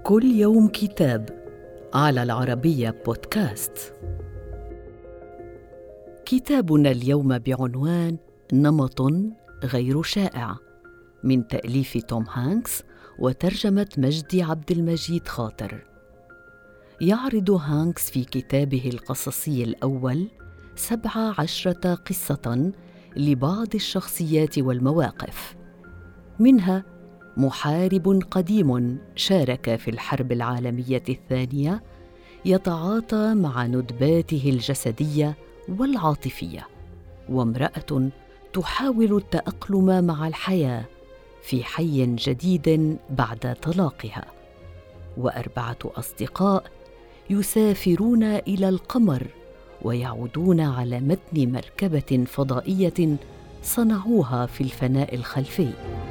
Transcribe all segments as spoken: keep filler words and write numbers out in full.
كل يوم كتاب على العربية بودكاست. كتابنا اليوم بعنوان نمط غير شائع، من تأليف توم هانكس وترجمة مجدي عبد المجيد خاطر. يعرض هانكس في كتابه القصصي الأول سبع عشرة قصة لبعض الشخصيات والمواقف، منها محارب قديم شارك في الحرب العالمية الثانية يتعاطى مع ندباته الجسدية والعاطفية، وامرأة تحاول التأقلم مع الحياة في حي جديد بعد طلاقها، وأربعة أصدقاء يسافرون إلى القمر ويعودون على متن مركبة فضائية صنعوها في الفناء الخلفي.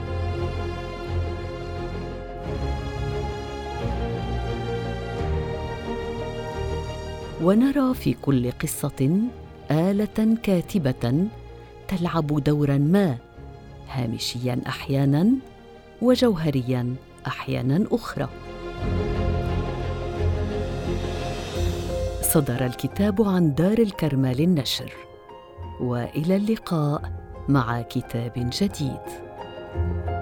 ونرى في كل قصة آلة كاتبة تلعب دورا ما، هامشيا أحيانا وجوهريا أحيانا أخرى. صدر الكتاب عن دار الكرمال النشر، وإلى اللقاء مع كتاب جديد.